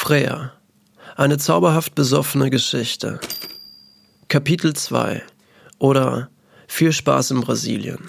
Freya. Eine zauberhaft besoffene Geschichte. Kapitel 2 oder Viel Spaß in Brasilien.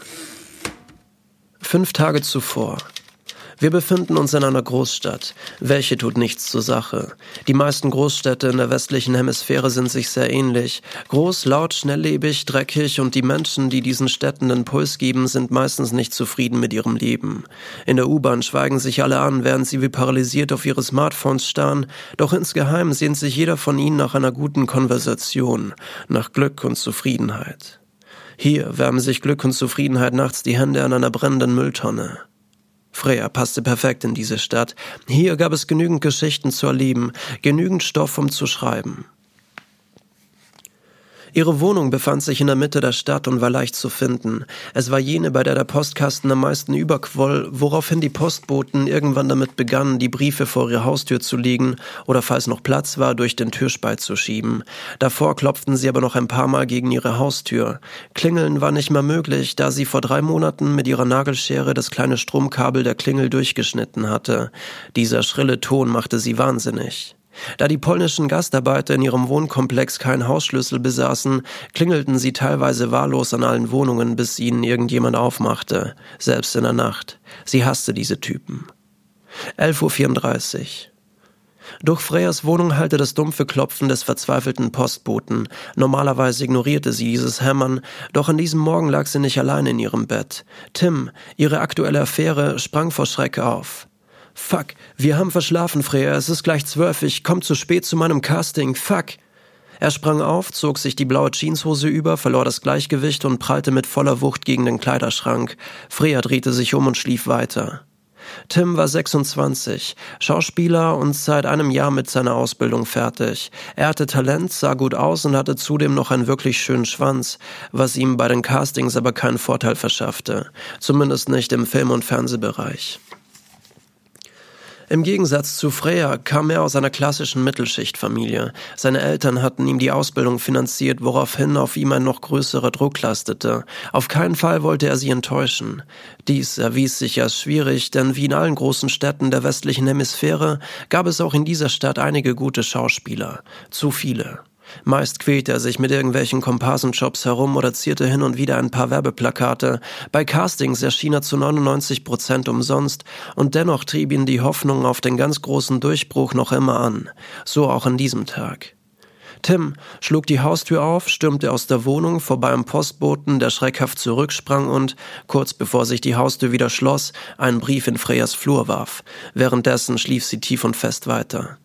5 Tage zuvor. Wir befinden uns in einer Großstadt. Welche tut nichts zur Sache. Die meisten Großstädte in der westlichen Hemisphäre sind sich sehr ähnlich. Groß, laut, schnelllebig, dreckig und die Menschen, die diesen Städten den Puls geben, sind meistens nicht zufrieden mit ihrem Leben. In der U-Bahn schweigen sich alle an, während sie wie paralysiert auf ihre Smartphones starren. Doch insgeheim sehnt sich jeder von ihnen nach einer guten Konversation, nach Glück und Zufriedenheit. Hier wärmen sich Glück und Zufriedenheit nachts die Hände an einer brennenden Mülltonne. Freya passte perfekt in diese Stadt. Hier gab es genügend Geschichten zu erleben, genügend Stoff, um zu schreiben. Ihre Wohnung befand sich in der Mitte der Stadt und war leicht zu finden. Es war jene, bei der Postkasten am meisten überquoll, woraufhin die Postboten irgendwann damit begannen, die Briefe vor ihre Haustür zu legen oder, falls noch Platz war, durch den Türspalt zu schieben. Davor klopften sie aber noch ein paar Mal gegen ihre Haustür. Klingeln war nicht mehr möglich, da sie vor 3 Monaten mit ihrer Nagelschere das kleine Stromkabel der Klingel durchgeschnitten hatte. Dieser schrille Ton machte sie wahnsinnig. Da die polnischen Gastarbeiter in ihrem Wohnkomplex keinen Hausschlüssel besaßen, klingelten sie teilweise wahllos an allen Wohnungen, bis ihnen irgendjemand aufmachte, selbst in der Nacht. Sie hasste diese Typen. 11:34 Uhr. Durch Freyas Wohnung hallte das dumpfe Klopfen des verzweifelten Postboten. Normalerweise ignorierte sie dieses Hämmern, doch an diesem Morgen lag sie nicht allein in ihrem Bett. Tim, ihre aktuelle Affäre, sprang vor Schreck auf. »Fuck, wir haben verschlafen, Freya, es ist gleich 12, ich komm zu spät zu meinem Casting, fuck!« Er sprang auf, zog sich die blaue Jeanshose über, verlor das Gleichgewicht und prallte mit voller Wucht gegen den Kleiderschrank. Freya drehte sich um und schlief weiter. Tim war 26, Schauspieler und seit einem Jahr mit seiner Ausbildung fertig. Er hatte Talent, sah gut aus und hatte zudem noch einen wirklich schönen Schwanz, was ihm bei den Castings aber keinen Vorteil verschaffte. Zumindest nicht im Film- und Fernsehbereich. Im Gegensatz zu Freya kam er aus einer klassischen Mittelschichtfamilie. Seine Eltern hatten ihm die Ausbildung finanziert, woraufhin auf ihm ein noch größerer Druck lastete. Auf keinen Fall wollte er sie enttäuschen. Dies erwies sich als schwierig, denn wie in allen großen Städten der westlichen Hemisphäre gab es auch in dieser Stadt einige gute Schauspieler. Zu viele. Meist quälte er sich mit irgendwelchen Komparsenjobs herum oder zierte hin und wieder ein paar Werbeplakate. Bei Castings erschien er zu 99% umsonst und dennoch trieb ihn die Hoffnung auf den ganz großen Durchbruch noch immer an. So auch an diesem Tag. Tim schlug die Haustür auf, stürmte aus der Wohnung vorbei am Postboten, der schreckhaft zurücksprang und, kurz bevor sich die Haustür wieder schloss, einen Brief in Freyas Flur warf. Währenddessen schlief sie tief und fest weiter.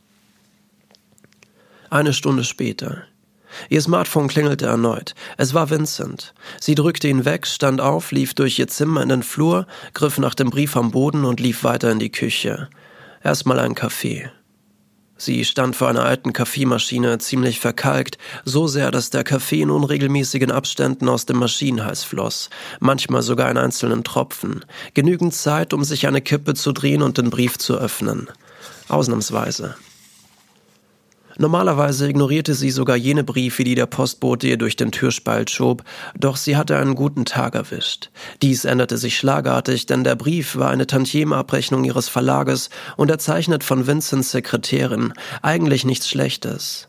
1 Stunde später. Ihr Smartphone klingelte erneut. Es war Vincent. Sie drückte ihn weg, stand auf, lief durch ihr Zimmer in den Flur, griff nach dem Brief am Boden und lief weiter in die Küche. Erstmal ein Kaffee. Sie stand vor einer alten Kaffeemaschine, ziemlich verkalkt, so sehr, dass der Kaffee in unregelmäßigen Abständen aus dem Maschinenhals floss, manchmal sogar in einzelnen Tropfen. Genügend Zeit, um sich eine Kippe zu drehen und den Brief zu öffnen. Ausnahmsweise. Normalerweise ignorierte sie sogar jene Briefe, die der Postbote ihr durch den Türspalt schob, doch sie hatte einen guten Tag erwischt. Dies änderte sich schlagartig, denn der Brief war eine Tantiemenabrechnung ihres Verlages, unterzeichnet von Vincents Sekretärin, eigentlich nichts Schlechtes.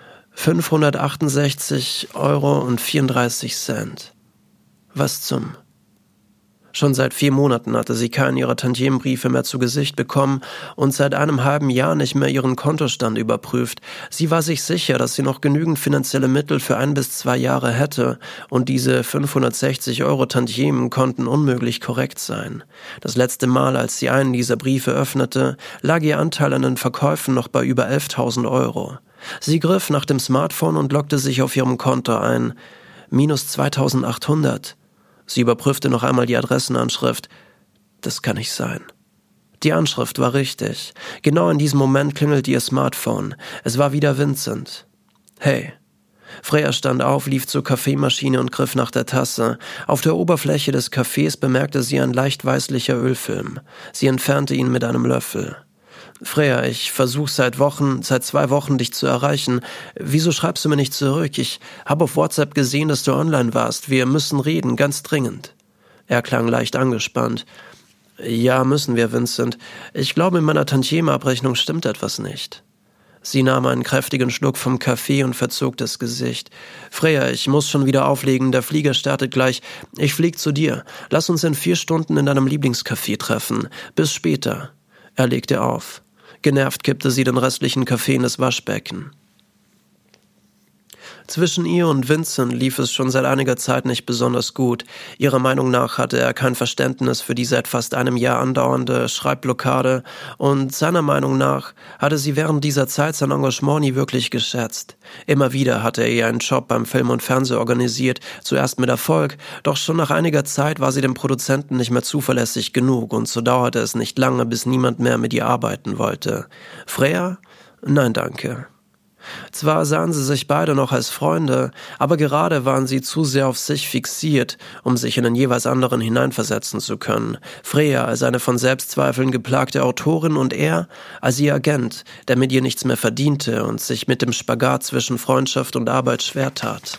568,34 €. Was zum... Schon seit 4 Monaten hatte sie keinen ihrer Tantiemenbriefe mehr zu Gesicht bekommen und seit einem halben Jahr nicht mehr ihren Kontostand überprüft. Sie war sich sicher, dass sie noch genügend finanzielle Mittel für 1 bis 2 Jahre hätte und diese 560 € Tantiemen konnten unmöglich korrekt sein. Das letzte Mal, als sie einen dieser Briefe öffnete, lag ihr Anteil an den Verkäufen noch bei über 11.000 €. Sie griff nach dem Smartphone und loggte sich auf ihrem Konto ein. -2.800. Sie überprüfte noch einmal die Adressenanschrift. Das kann nicht sein. Die Anschrift war richtig. Genau in diesem Moment klingelte ihr Smartphone. Es war wieder Vincent. »Hey.« Freya stand auf, lief zur Kaffeemaschine und griff nach der Tasse. Auf der Oberfläche des Kaffees bemerkte sie ein leicht weißlicher Ölfilm. Sie entfernte ihn mit einem Löffel. »Freya, ich versuche seit 2 Wochen dich zu erreichen. Wieso schreibst du mir nicht zurück? Ich habe auf WhatsApp gesehen, dass du online warst. Wir müssen reden, ganz dringend.« Er klang leicht angespannt. Ja, müssen wir, Vincent. Ich glaube, in meiner Tantiemenabrechnung stimmt etwas nicht. Sie nahm einen kräftigen Schluck vom Kaffee und verzog das Gesicht. Freya, ich muss schon wieder auflegen, der Flieger startet gleich. Ich flieg zu dir. Lass uns in 4 Stunden in deinem Lieblingscafé treffen. Bis später. Er legte auf. Genervt kippte sie den restlichen Kaffee in das Waschbecken. Zwischen ihr und Vincent lief es schon seit einiger Zeit nicht besonders gut. Ihrer Meinung nach hatte er kein Verständnis für die seit fast einem Jahr andauernde Schreibblockade und seiner Meinung nach hatte sie während dieser Zeit sein Engagement nie wirklich geschätzt. Immer wieder hatte er ihr einen Job beim Film und Fernsehen organisiert, zuerst mit Erfolg, doch schon nach einiger Zeit war sie dem Produzenten nicht mehr zuverlässig genug und so dauerte es nicht lange, bis niemand mehr mit ihr arbeiten wollte. Freya? Nein, danke. Zwar sahen sie sich beide noch als Freunde, aber gerade waren sie zu sehr auf sich fixiert, um sich in den jeweils anderen hineinversetzen zu können. Freya als eine von Selbstzweifeln geplagte Autorin und er als ihr Agent, der mit ihr nichts mehr verdiente und sich mit dem Spagat zwischen Freundschaft und Arbeit schwer tat.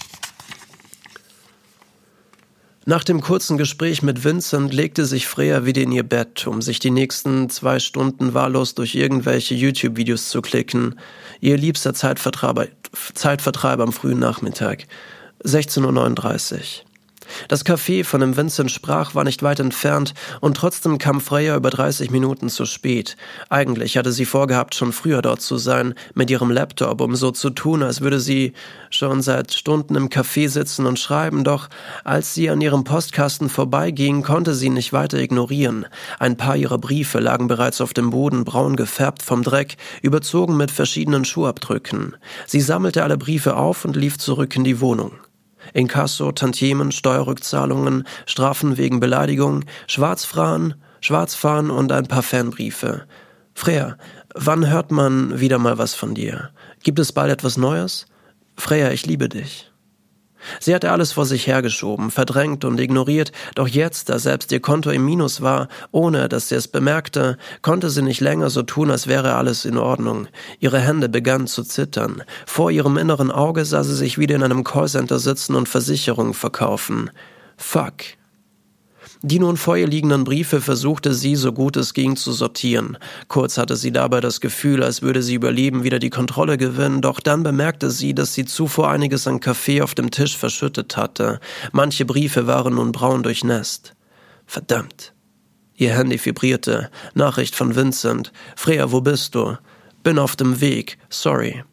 Nach dem kurzen Gespräch mit Vincent legte sich Freya wieder in ihr Bett, um sich die nächsten 2 Stunden wahllos durch irgendwelche YouTube-Videos zu klicken. Ihr liebster Zeitvertreib am frühen Nachmittag. 16:39 Uhr. Das Café, von dem Vincent sprach, war nicht weit entfernt und trotzdem kam Freya über 30 Minuten zu spät. Eigentlich hatte sie vorgehabt, schon früher dort zu sein, mit ihrem Laptop, um so zu tun, als würde sie schon seit Stunden im Café sitzen und schreiben, doch als sie an ihrem Postkasten vorbeiging, konnte sie ihn nicht weiter ignorieren. Ein paar ihrer Briefe lagen bereits auf dem Boden, braun gefärbt vom Dreck, überzogen mit verschiedenen Schuhabdrücken. Sie sammelte alle Briefe auf und lief zurück in die Wohnung. Inkasso, Tantiemen, Steuerrückzahlungen, Strafen wegen Beleidigung, Schwarzfahren und ein paar Fanbriefe. Freya, wann hört man wieder mal was von dir? Gibt es bald etwas Neues? Freya, ich liebe dich. Sie hatte alles vor sich hergeschoben, verdrängt und ignoriert, doch jetzt, da selbst ihr Konto im Minus war, ohne dass sie es bemerkte, konnte sie nicht länger so tun, als wäre alles in Ordnung. Ihre Hände begannen zu zittern. Vor ihrem inneren Auge sah sie sich wieder in einem Callcenter sitzen und Versicherungen verkaufen. Fuck. Die nun vor ihr liegenden Briefe versuchte sie, so gut es ging, zu sortieren. Kurz hatte sie dabei das Gefühl, als würde sie über Leben wieder die Kontrolle gewinnen, doch dann bemerkte sie, dass sie zuvor einiges an Kaffee auf dem Tisch verschüttet hatte. Manche Briefe waren nun braun durchnässt. Verdammt. Ihr Handy vibrierte. Nachricht von Vincent. Freya, wo bist du? Bin auf dem Weg. Sorry.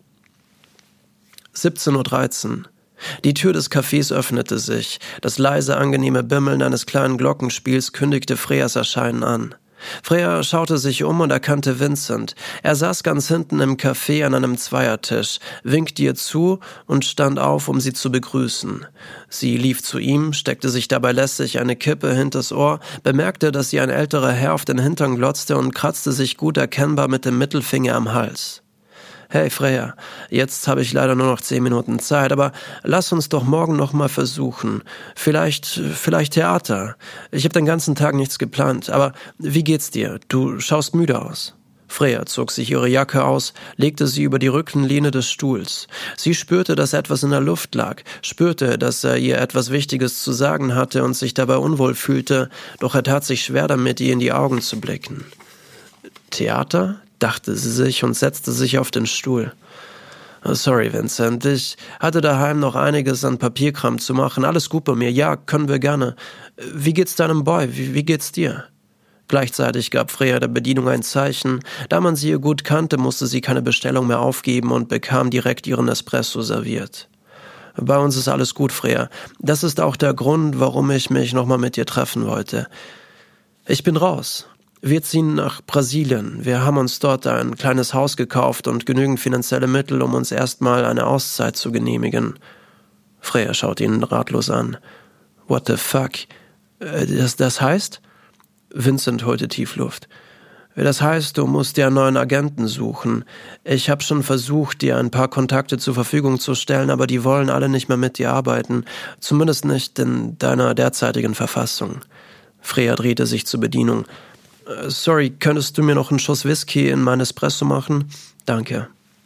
17:13 Uhr. Die Tür des Cafés öffnete sich. Das leise, angenehme Bimmeln eines kleinen Glockenspiels kündigte Freyas Erscheinen an. Freya schaute sich um und erkannte Vincent. Er saß ganz hinten im Café an einem Zweiertisch, winkte ihr zu und stand auf, um sie zu begrüßen. Sie lief zu ihm, steckte sich dabei lässig eine Kippe hinters Ohr, bemerkte, dass ihr ein älterer Herr auf den Hintern glotzte und kratzte sich gut erkennbar mit dem Mittelfinger am Hals. Hey Freya, jetzt habe ich leider nur noch 10 Minuten Zeit, aber lass uns doch morgen noch mal versuchen. Vielleicht Theater. Ich habe den ganzen Tag nichts geplant, aber wie geht's dir? Du schaust müde aus. Freya zog sich ihre Jacke aus, legte sie über die Rückenlehne des Stuhls. Sie spürte, dass etwas in der Luft lag, spürte, dass er ihr etwas Wichtiges zu sagen hatte und sich dabei unwohl fühlte, doch er tat sich schwer damit, ihr in die Augen zu blicken. Theater? Dachte sie sich und setzte sich auf den Stuhl. Sorry, Vincent, ich hatte daheim noch einiges an Papierkram zu machen. Alles gut bei mir. Ja, können wir gerne. Wie geht's deinem Boy? Wie geht's dir? Gleichzeitig gab Freya der Bedienung ein Zeichen. Da man sie ihr gut kannte, musste sie keine Bestellung mehr aufgeben und bekam direkt ihren Espresso serviert. Bei uns ist alles gut, Freya. Das ist auch der Grund, warum ich mich nochmal mit dir treffen wollte. Ich bin raus. Wir ziehen nach Brasilien. Wir haben uns dort ein kleines Haus gekauft und genügend finanzielle Mittel, um uns erstmal eine Auszeit zu genehmigen. Freya schaut ihn ratlos an. What the fuck? Das heißt? Vincent holte tief Luft. Das heißt, du musst dir einen neuen Agenten suchen. Ich habe schon versucht, dir ein paar Kontakte zur Verfügung zu stellen, aber die wollen alle nicht mehr mit dir arbeiten. Zumindest nicht in deiner derzeitigen Verfassung. Freya drehte sich zur Bedienung. Sorry, könntest du mir noch einen Schuss Whisky in mein Espresso machen? Danke.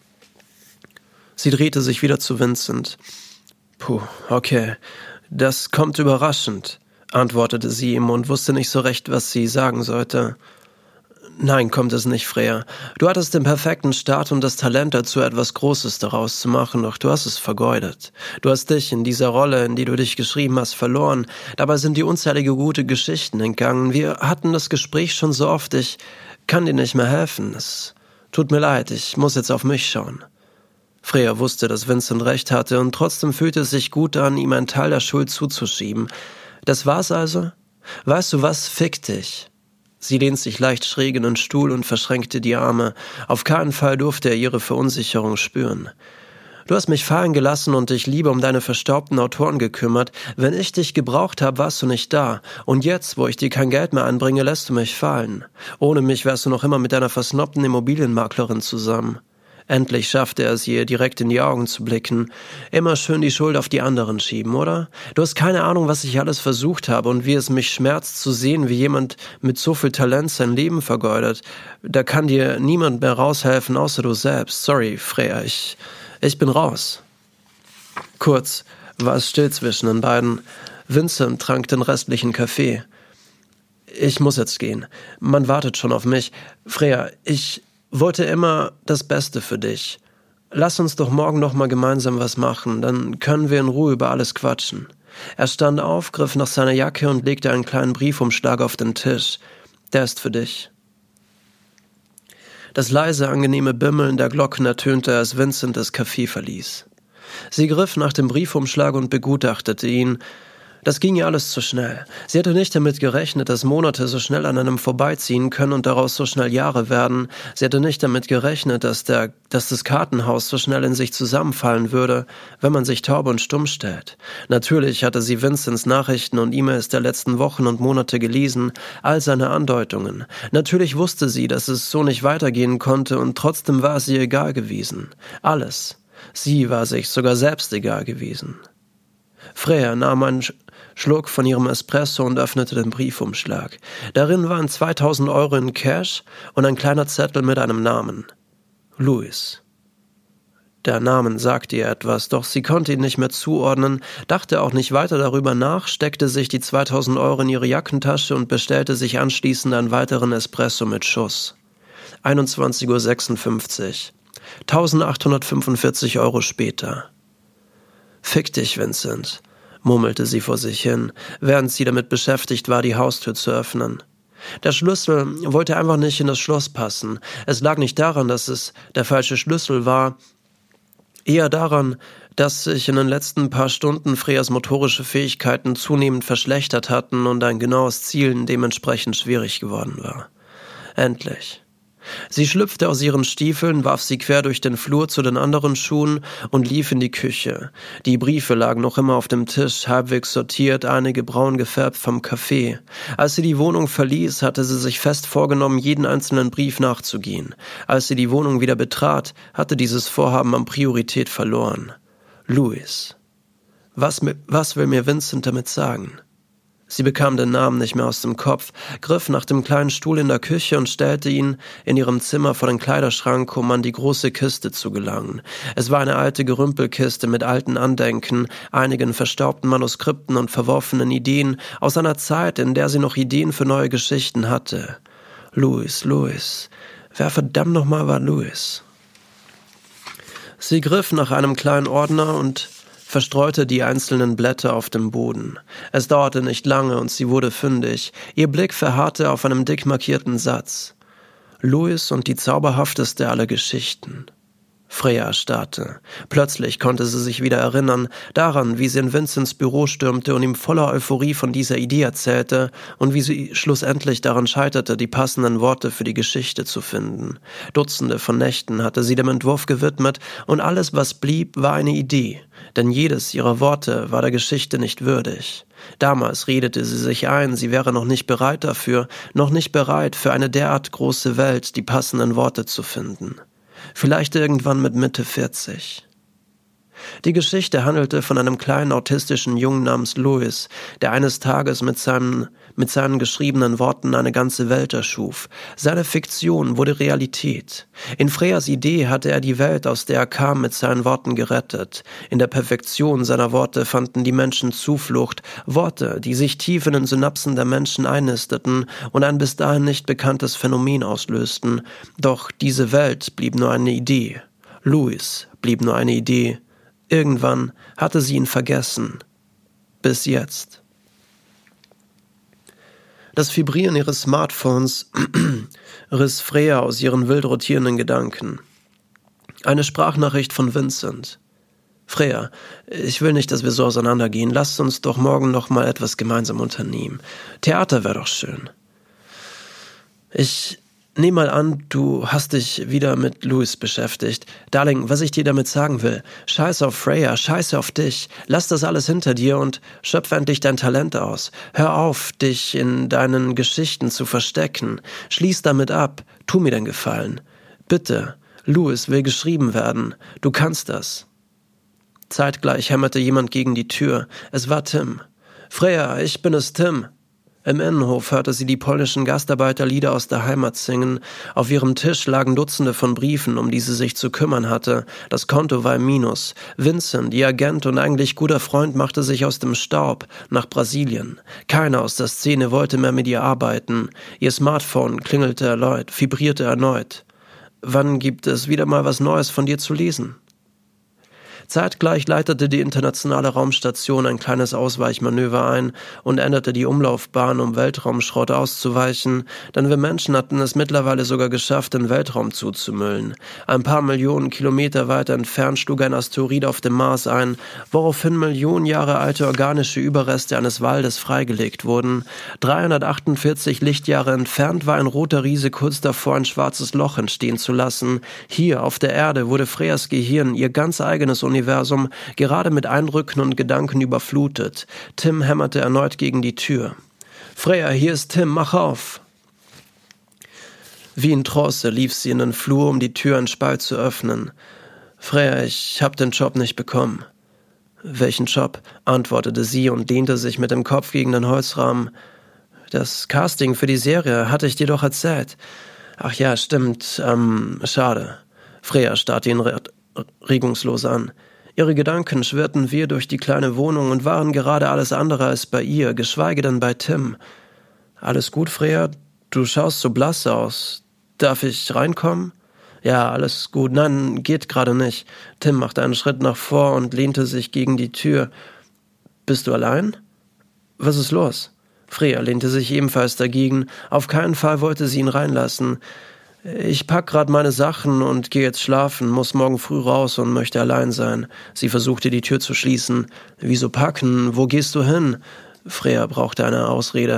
Sie drehte sich wieder zu Vincent. Puh, okay. Das kommt überraschend. antwortete sie ihm und wusste nicht so recht, was sie sagen sollte. Nein, kommt es nicht, Freya. Du hattest den perfekten Start und das Talent dazu, etwas Großes daraus zu machen, doch du hast es vergeudet. Du hast dich in dieser Rolle, in die du dich geschrieben hast, verloren. Dabei sind dir unzählige gute Geschichten entgangen. Wir hatten das Gespräch schon so oft, ich kann dir nicht mehr helfen. Es tut mir leid, ich muss jetzt auf mich schauen. Freya wusste, dass Vincent recht hatte und trotzdem fühlte es sich gut an, ihm einen Teil der Schuld zuzuschieben. Das war's also? Weißt du was? Fick dich. Sie lehnt sich leicht schräg in den Stuhl und verschränkte die Arme. Auf keinen Fall durfte er ihre Verunsicherung spüren. Du hast mich fallen gelassen und dich lieber um deine verstaubten Autoren gekümmert. Wenn ich dich gebraucht habe, warst du nicht da. Und jetzt, wo ich dir kein Geld mehr anbringe, lässt du mich fallen. Ohne mich wärst du noch immer mit deiner versnobten Immobilienmaklerin zusammen. Endlich schaffte er es ihr, direkt in die Augen zu blicken. Immer schön die Schuld auf die anderen schieben, oder? Du hast keine Ahnung, was ich alles versucht habe und wie es mich schmerzt zu sehen, wie jemand mit so viel Talent sein Leben vergeudet. Da kann dir niemand mehr raushelfen, außer du selbst. Sorry, Freya, ich bin raus. Kurz war es still zwischen den beiden. Vincent trank den restlichen Kaffee. Ich muss jetzt gehen. Man wartet schon auf mich. Freya, ich wollte immer das Beste für dich. Lass uns doch morgen noch mal gemeinsam was machen, dann können wir in Ruhe über alles quatschen. Er stand auf, griff nach seiner Jacke und legte einen kleinen Briefumschlag auf den Tisch. Der ist für dich. Das leise, angenehme Bimmeln der Glocken ertönte, als Vincent das Café verließ. Sie griff nach dem Briefumschlag und begutachtete ihn. Das ging ihr alles zu schnell. Sie hatte nicht damit gerechnet, dass Monate so schnell an einem vorbeiziehen können und daraus so schnell Jahre werden. Sie hatte nicht damit gerechnet, dass das Kartenhaus so schnell in sich zusammenfallen würde, wenn man sich taub und stumm stellt. Natürlich hatte sie Vincents Nachrichten und E-Mails der letzten Wochen und Monate gelesen, all seine Andeutungen. Natürlich wusste sie, dass es so nicht weitergehen konnte und trotzdem war es ihr egal gewesen. Alles. Sie war sich sogar selbst egal gewesen. Freya nahm einen Schluck von ihrem Espresso und öffnete den Briefumschlag. Darin waren 2.000 Euro in Cash und ein kleiner Zettel mit einem Namen. Louis. Der Name sagte ihr etwas, doch sie konnte ihn nicht mehr zuordnen, dachte auch nicht weiter darüber nach, steckte sich die 2.000 Euro in ihre Jackentasche und bestellte sich anschließend einen weiteren Espresso mit Schuss. 21:56 Uhr. 1.845 Euro später. »Fick dich, Vincent«, murmelte sie vor sich hin, während sie damit beschäftigt war, die Haustür zu öffnen. Der Schlüssel wollte einfach nicht in das Schloss passen. Es lag nicht daran, dass es der falsche Schlüssel war, eher daran, dass sich in den letzten paar Stunden Freyas motorische Fähigkeiten zunehmend verschlechtert hatten und ein genaues Zielen dementsprechend schwierig geworden war. Endlich. Sie schlüpfte aus ihren Stiefeln, warf sie quer durch den Flur zu den anderen Schuhen und lief in die Küche. Die Briefe lagen noch immer auf dem Tisch, halbwegs sortiert, einige braun gefärbt vom Kaffee. Als sie die Wohnung verließ, hatte sie sich fest vorgenommen, jeden einzelnen Brief nachzugehen. Als sie die Wohnung wieder betrat, hatte dieses Vorhaben an Priorität verloren. Louis. Was will mir Vincent damit sagen? Sie bekam den Namen nicht mehr aus dem Kopf, griff nach dem kleinen Stuhl in der Küche und stellte ihn in ihrem Zimmer vor den Kleiderschrank, um an die große Kiste zu gelangen. Es war eine alte Gerümpelkiste mit alten Andenken, einigen verstaubten Manuskripten und verworfenen Ideen aus einer Zeit, in der sie noch Ideen für neue Geschichten hatte. Louis. Wer verdammt nochmal war Louis? Sie griff nach einem kleinen Ordner und verstreute die einzelnen Blätter auf dem Boden. Es dauerte nicht lange und sie wurde fündig. Ihr Blick verharrte auf einem dick markierten Satz. Louis und die zauberhafteste aller Geschichten. Freya erstarrte. Plötzlich konnte sie sich wieder erinnern, daran, wie sie in Vincents Büro stürmte und ihm voller Euphorie von dieser Idee erzählte und wie sie schlussendlich daran scheiterte, die passenden Worte für die Geschichte zu finden. Dutzende von Nächten hatte sie dem Entwurf gewidmet und alles, was blieb, war eine Idee, denn jedes ihrer Worte war der Geschichte nicht würdig. Damals redete sie sich ein, sie wäre noch nicht bereit dafür, noch nicht bereit, für eine derart große Welt die passenden Worte zu finden. Vielleicht irgendwann mit Mitte 40. Die Geschichte handelte von einem kleinen autistischen Jungen namens Louis, der eines Tages mit seinen geschriebenen Worten eine ganze Welt erschuf. Seine Fiktion wurde Realität. In Freyas Idee hatte er die Welt, aus der er kam, mit seinen Worten gerettet. In der Perfektion seiner Worte fanden die Menschen Zuflucht, Worte, die sich tief in den Synapsen der Menschen einnisteten und ein bis dahin nicht bekanntes Phänomen auslösten. Doch diese Welt blieb nur eine Idee. Louis blieb nur eine Idee. Irgendwann hatte sie ihn vergessen. Bis jetzt. Das Vibrieren ihres Smartphones riss Freya aus ihren wild rotierenden Gedanken. Eine Sprachnachricht von Vincent. Freya, ich will nicht, dass wir so auseinandergehen. Lasst uns doch morgen noch mal etwas gemeinsam unternehmen. Theater wäre doch schön. Ich nehme mal an, du hast dich wieder mit Louis beschäftigt. Darling, was ich dir damit sagen will, scheiß auf Freya, scheiße auf dich. Lass das alles hinter dir und schöpfe endlich dein Talent aus. Hör auf, dich in deinen Geschichten zu verstecken. Schließ damit ab. Tu mir den Gefallen. Bitte, Louis will geschrieben werden. Du kannst das. Zeitgleich hämmerte jemand gegen die Tür. Es war Tim. Freya, ich bin es, Tim. Im Innenhof hörte sie die polnischen Gastarbeiter Lieder aus der Heimat singen. Auf ihrem Tisch lagen Dutzende von Briefen, um die sie sich zu kümmern hatte. Das Konto war im Minus. Vincent, ihr Agent und eigentlich guter Freund, machte sich aus dem Staub nach Brasilien. Keiner aus der Szene wollte mehr mit ihr arbeiten. Ihr Smartphone klingelte erneut, vibrierte erneut. Wann gibt es wieder mal was Neues von dir zu lesen? Zeitgleich leitete die internationale Raumstation ein kleines Ausweichmanöver ein und änderte die Umlaufbahn, um Weltraumschrott auszuweichen, denn wir Menschen hatten es mittlerweile sogar geschafft, den Weltraum zuzumüllen. Ein paar Millionen Kilometer weiter entfernt schlug ein Asteroid auf dem Mars ein, woraufhin Millionen Jahre alte organische Überreste eines Waldes freigelegt wurden. 348 Lichtjahre entfernt war ein roter Riese kurz davor, ein schwarzes Loch entstehen zu lassen. Hier auf der Erde wurde Freyas Gehirn, ihr ganz eigenes Universum, gerade mit Eindrücken und Gedanken überflutet. Tim hämmerte erneut gegen die Tür. Freya, hier ist Tim, mach auf! Wie in Trance lief sie in den Flur, um die Tür einen Spalt zu öffnen. Freya, ich hab den Job nicht bekommen. Welchen Job? Antwortete sie und lehnte sich mit dem Kopf gegen den Holzrahmen. Das Casting für die Serie hatte ich dir doch erzählt. Ach ja, stimmt, schade. Freya starrte ihn regungslos an. Ihre Gedanken schwirrten wirr durch die kleine Wohnung und waren gerade alles andere als bei ihr, geschweige denn bei Tim. Alles gut, Freya? Du schaust so blass aus. Darf ich reinkommen? Ja, alles gut. Nein, geht gerade nicht. Tim machte einen Schritt nach vor und lehnte sich gegen die Tür. Bist du allein? Was ist los? Freya lehnte sich ebenfalls dagegen. Auf keinen Fall wollte sie ihn reinlassen. Ich pack grad meine Sachen und gehe jetzt schlafen, muss morgen früh raus und möchte allein sein. Sie versuchte die Tür zu schließen. Wieso packen? Wo gehst du hin? Freya brauchte eine Ausrede.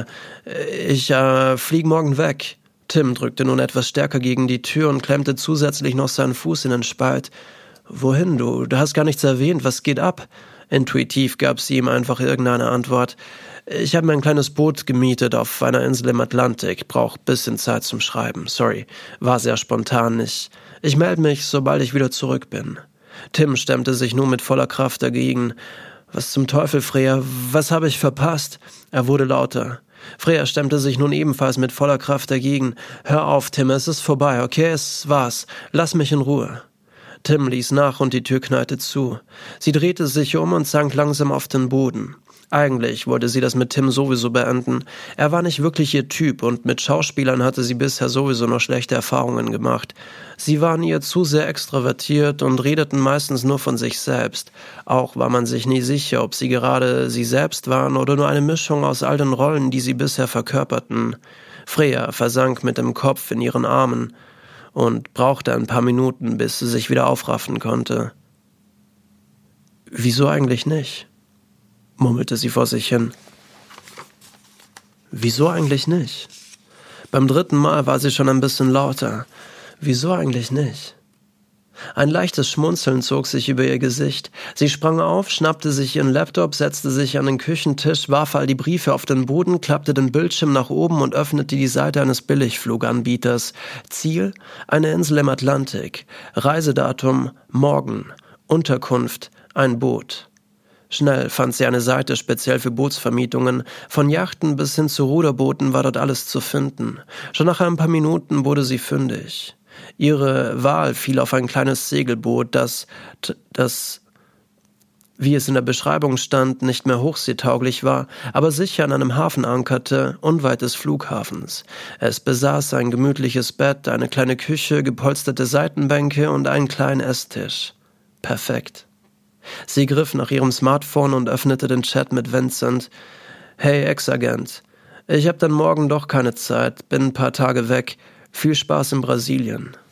Ich flieg morgen weg. Tim drückte nun etwas stärker gegen die Tür und klemmte zusätzlich noch seinen Fuß in den Spalt. Wohin, du? Du hast gar nichts erwähnt. Was geht ab? Intuitiv gab sie ihm einfach irgendeine Antwort. Ich habe mir ein kleines Boot gemietet auf einer Insel im Atlantik. Brauch bisschen Zeit zum Schreiben. Sorry, war sehr spontan. Ich melde mich, sobald ich wieder zurück bin. Tim stemmte sich nun mit voller Kraft dagegen. Was zum Teufel, Freya? Was habe ich verpasst? Er wurde lauter. Freya stemmte sich nun ebenfalls mit voller Kraft dagegen. Hör auf, Tim, es ist vorbei, okay? Es war's. Lass mich in Ruhe. Tim ließ nach und die Tür knallte zu. Sie drehte sich um und sank langsam auf den Boden. Eigentlich wollte sie das mit Tim sowieso beenden. Er war nicht wirklich ihr Typ und mit Schauspielern hatte sie bisher sowieso noch schlechte Erfahrungen gemacht. Sie waren ihr zu sehr extrovertiert und redeten meistens nur von sich selbst. Auch war man sich nie sicher, ob sie gerade sie selbst waren oder nur eine Mischung aus all den Rollen, die sie bisher verkörperten. Freya versank mit dem Kopf in ihren Armen und brauchte ein paar Minuten, bis sie sich wieder aufraffen konnte. Wieso eigentlich nicht? Murmelte sie vor sich hin. Wieso eigentlich nicht? Beim dritten Mal war sie schon ein bisschen lauter. Wieso eigentlich nicht? Ein leichtes Schmunzeln zog sich über ihr Gesicht. Sie sprang auf, schnappte sich ihren Laptop, setzte sich an den Küchentisch, warf all die Briefe auf den Boden, klappte den Bildschirm nach oben und öffnete die Seite eines Billigfluganbieters. Ziel: eine Insel im Atlantik. Reisedatum: morgen. Unterkunft: Ein Boot. Schnell fand sie eine Seite speziell für Bootsvermietungen. Von Yachten bis hin zu Ruderbooten war dort alles zu finden. Schon nach ein paar Minuten wurde sie fündig. Ihre Wahl fiel auf ein kleines Segelboot, das, wie es in der Beschreibung stand, nicht mehr hochseetauglich war, aber sicher an einem Hafen ankerte, unweit des Flughafens. Es besaß ein gemütliches Bett, eine kleine Küche, gepolsterte Seitenbänke und einen kleinen Esstisch. Perfekt. Sie griff nach ihrem Smartphone und öffnete den Chat mit Vincent. »Hey, Ex-Agent. Ich hab dann morgen doch keine Zeit, bin ein paar Tage weg. Viel Spaß in Brasilien.«